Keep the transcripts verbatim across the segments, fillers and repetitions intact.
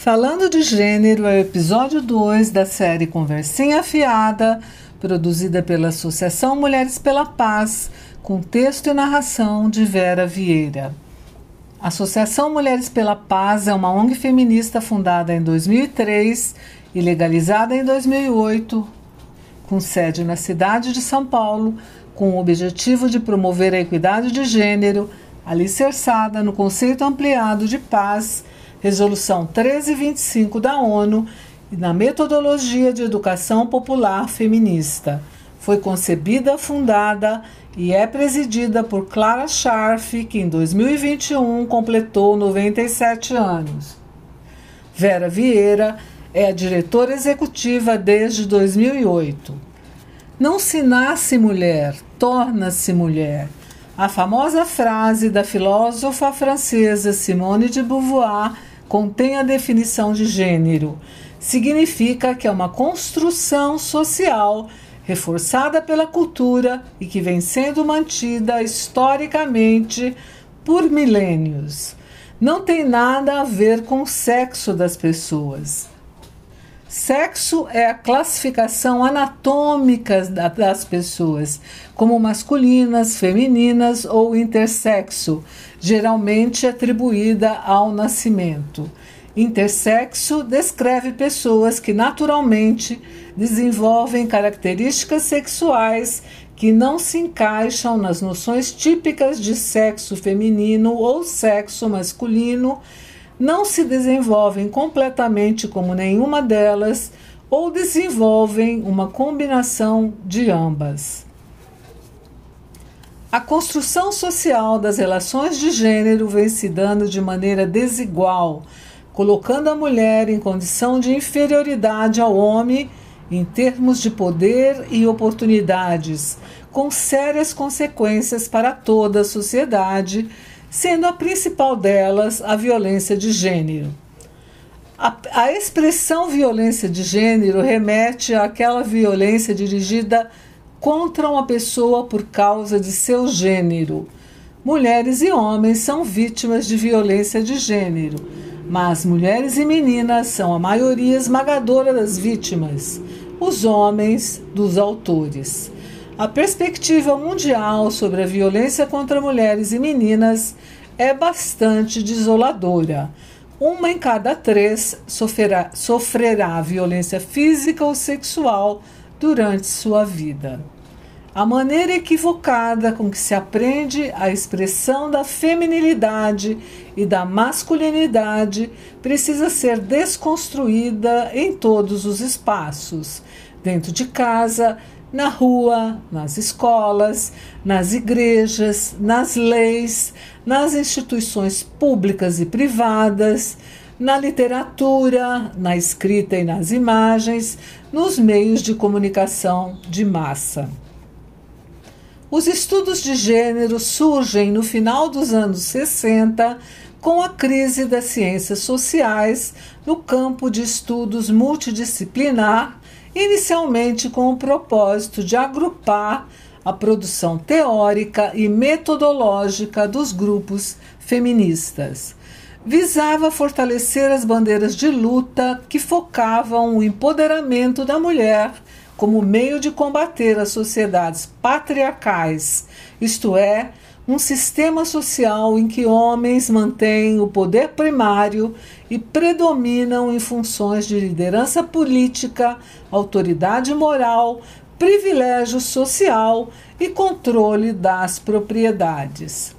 Falando de Gênero é o episódio dois da série Conversinha Afiada, produzida pela Associação Mulheres pela Paz, com texto e narração de Vera Vieira. A Associação Mulheres pela Paz é uma O N G feminista fundada em dois mil e três e legalizada em dois mil e oito, com sede na cidade de São Paulo, com o objetivo de promover a equidade de gênero, alicerçada no conceito ampliado de paz, Resolução treze vinte e cinco da ONU, e na metodologia de educação popular feminista. Foi concebida, fundada e é presidida por Clara Scharf, que em dois mil e vinte e um completou noventa e sete anos. Vera Vieira é a diretora executiva desde dois mil e oito. Não se nasce mulher, torna-se mulher. A famosa frase da filósofa francesa Simone de Beauvoir contém a definição de gênero. Significa que é uma construção social reforçada pela cultura e que vem sendo mantida historicamente por milênios. Não tem nada a ver com o sexo das pessoas. Sexo é a classificação anatômica das pessoas, como masculinas, femininas ou intersexo, geralmente atribuída ao nascimento. Intersexo descreve pessoas que naturalmente desenvolvem características sexuais que não se encaixam nas noções típicas de sexo feminino ou sexo masculino, não se desenvolvem completamente como nenhuma delas ou desenvolvem uma combinação de ambas. A construção social das relações de gênero vem se dando de maneira desigual, colocando a mulher em condição de inferioridade ao homem em termos de poder e oportunidades, com sérias consequências para toda a sociedade, sendo a principal delas a violência de gênero. A, a expressão violência de gênero remete àquela violência dirigida contra uma pessoa por causa de seu gênero. Mulheres e homens são vítimas de violência de gênero, mas mulheres e meninas são a maioria esmagadora das vítimas, os homens dos autores. A perspectiva mundial sobre a violência contra mulheres e meninas é bastante desoladora. Uma em cada três sofrerá, sofrerá violência física ou sexual durante sua vida. A maneira equivocada com que se aprende a expressão da feminilidade e da masculinidade precisa ser desconstruída em todos os espaços, dentro de casa, na rua, nas escolas, nas igrejas, nas leis, nas instituições públicas e privadas, na literatura, na escrita e nas imagens, nos meios de comunicação de massa. Os estudos de gênero surgem no final dos anos sessenta, com a crise das ciências sociais no campo de estudos multidisciplinar, inicialmente com o propósito de agrupar a produção teórica e metodológica dos grupos feministas. Visava fortalecer as bandeiras de luta que focavam o empoderamento da mulher como meio de combater as sociedades patriarcais, isto é, um sistema social em que homens mantêm o poder primário e predominam em funções de liderança política, autoridade moral, privilégio social e controle das propriedades.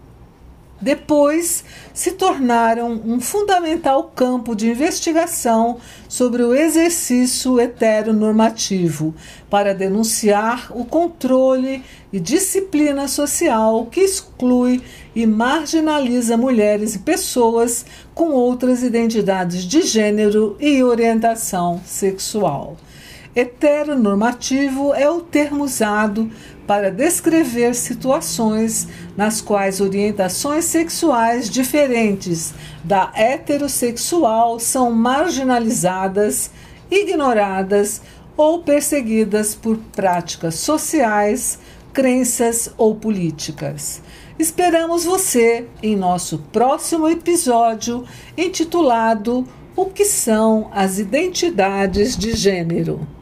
Depois, se tornaram um fundamental campo de investigação sobre o exercício heteronormativo para denunciar o controle e disciplina social que exclui e marginaliza mulheres e pessoas com outras identidades de gênero e orientação sexual. Heteronormativo é o termo usado para descrever situações nas quais orientações sexuais diferentes da heterossexual são marginalizadas, ignoradas ou perseguidas por práticas sociais, crenças ou políticas. Esperamos você em nosso próximo episódio intitulado O que são as identidades de gênero?